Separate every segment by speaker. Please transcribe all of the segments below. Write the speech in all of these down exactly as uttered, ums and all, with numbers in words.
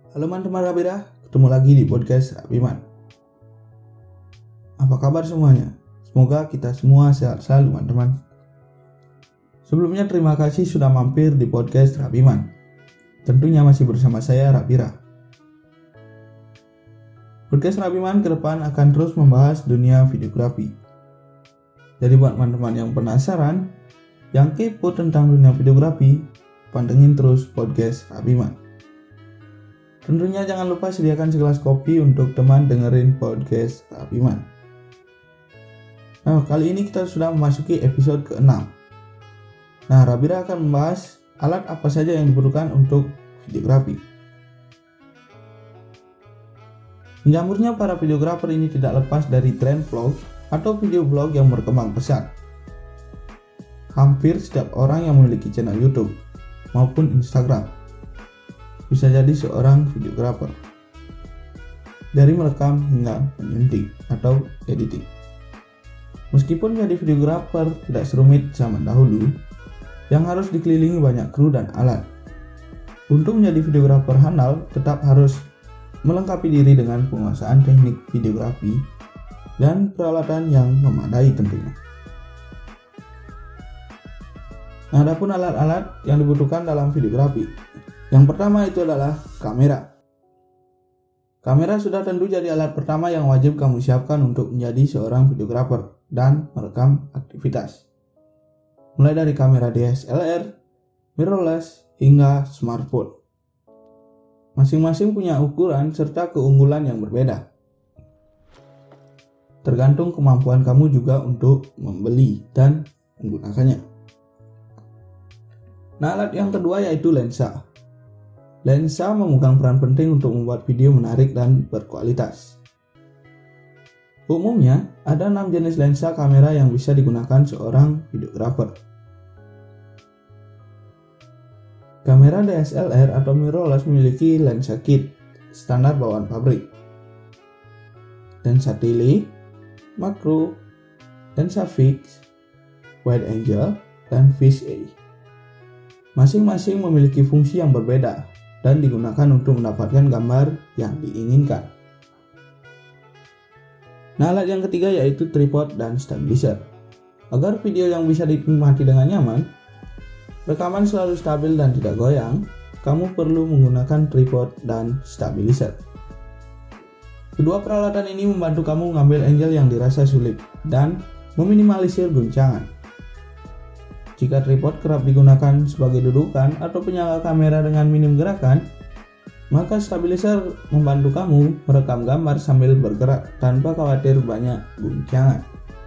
Speaker 1: Halo teman-teman Rabira, ketemu lagi di podcast Rabiman. Apa kabar semuanya? Semoga kita semua sehat selalu teman-teman. Sebelumnya terima kasih sudah mampir di podcast Rabiman. Tentunya masih bersama saya Rabira. Podcast Rabiman ke depan akan terus membahas dunia videografi. Jadi buat teman-teman yang penasaran, yang kepo tentang dunia videografi, pantengin terus podcast Rabiman. Tentunya jangan lupa sediakan segelas kopi untuk teman dengerin podcast Rabiman. Nah, kali ini kita sudah memasuki episode keenam. Nah, Rabira akan membahas alat apa saja yang diperlukan untuk videografi. Menjamurnya para videografer ini tidak lepas dari tren vlog atau video blog yang berkembang pesat. Hampir setiap orang yang memiliki channel YouTube maupun Instagram bisa jadi seorang videografer, dari merekam hingga menyunting atau editing. Meskipun menjadi videografer tidak serumit zaman dahulu, yang harus dikelilingi banyak kru dan alat. Untuk menjadi videografer handal, tetap harus melengkapi diri dengan penguasaan teknik videografi dan peralatan yang memadai tentunya. Nah, adapun alat-alat yang dibutuhkan dalam videografi. Yang pertama itu adalah kamera. Kamera sudah tentu jadi alat pertama yang wajib kamu siapkan untuk menjadi seorang videografer dan merekam aktivitas. Mulai dari kamera D S L R, mirrorless, hingga smartphone. Masing-masing punya ukuran serta keunggulan yang berbeda. Tergantung kemampuan kamu juga untuk membeli dan menggunakannya. Nah, alat yang kedua yaitu lensa. Lensa memegang peran penting untuk membuat video menarik dan berkualitas. Umumnya, ada enam jenis lensa kamera yang bisa digunakan seorang videografer. Kamera D S L R atau mirrorless memiliki lensa kit, standar bawaan pabrik. Lensa tele, makro, lensa fix, wide angle, dan fisheye. Masing-masing memiliki fungsi yang berbeda dan digunakan untuk mendapatkan gambar yang diinginkan. Nah, alat yang ketiga yaitu tripod dan stabilizer. Agar video yang bisa dinikmati dengan nyaman, rekaman selalu stabil dan tidak goyang, kamu perlu menggunakan tripod dan stabilizer. Kedua peralatan ini membantu kamu mengambil angle yang dirasa sulit dan meminimalisir guncangan. Jika tripod kerap digunakan sebagai dudukan atau penyangga kamera dengan minim gerakan, maka stabilizer membantu kamu merekam gambar sambil bergerak tanpa khawatir banyak guncangan.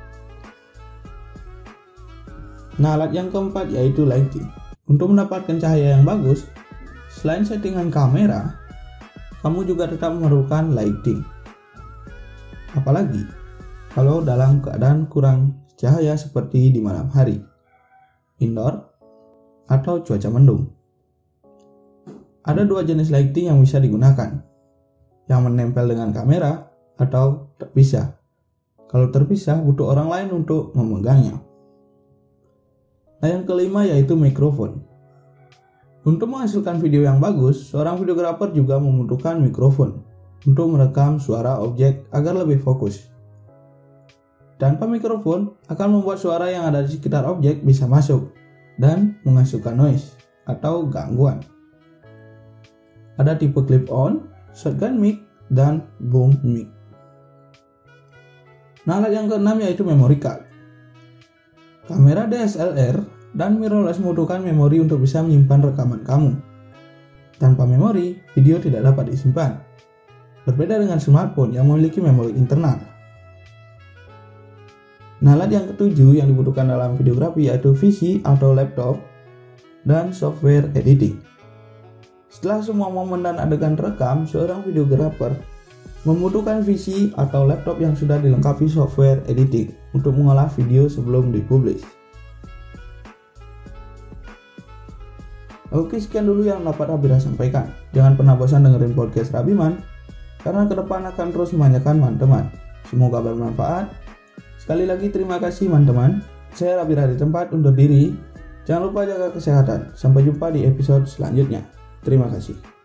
Speaker 1: Nah, alat yang keempat yaitu lighting. Untuk mendapatkan cahaya yang bagus, selain settingan kamera, kamu juga tetap memerlukan lighting. Apalagi kalau dalam keadaan kurang cahaya seperti di malam hari, indoor, atau cuaca mendung. Ada dua jenis lighting yang bisa digunakan, yang menempel dengan kamera atau terpisah. Kalau terpisah butuh orang lain untuk memegangnya. Nah, yang kelima yaitu mikrofon. Untuk menghasilkan video yang bagus, seorang videografer juga membutuhkan mikrofon untuk merekam suara objek agar lebih fokus. Tanpa mikrofon akan membuat suara yang ada di sekitar objek bisa masuk dan menghasilkan noise atau gangguan. Ada tipe clip-on, shotgun mic, dan boom mic. Nah, alat yang keenam yaitu memory card. Kamera D S L R dan mirrorless membutuhkan memori untuk bisa menyimpan rekaman kamu. Tanpa memori, video tidak dapat disimpan. Berbeda dengan smartphone yang memiliki memori internal. Nah, alat yang ketujuh yang dibutuhkan dalam videografi yaitu P C atau laptop dan software editing. Setelah semua momen dan adegan terekam, seorang videografer membutuhkan P C atau laptop yang sudah dilengkapi software editing untuk mengolah video sebelum dipublish. Oke, sekian dulu yang dapat Rabira sampaikan. Jangan pernah bosan dengerin podcast Rabiman, karena ke depan akan terus memanjakan teman-teman. Semoga bermanfaat. Sekali lagi terima kasih teman-teman. Saya Rabira di tempat undur diri. Jangan lupa jaga kesehatan. Sampai jumpa di episode selanjutnya. Terima kasih.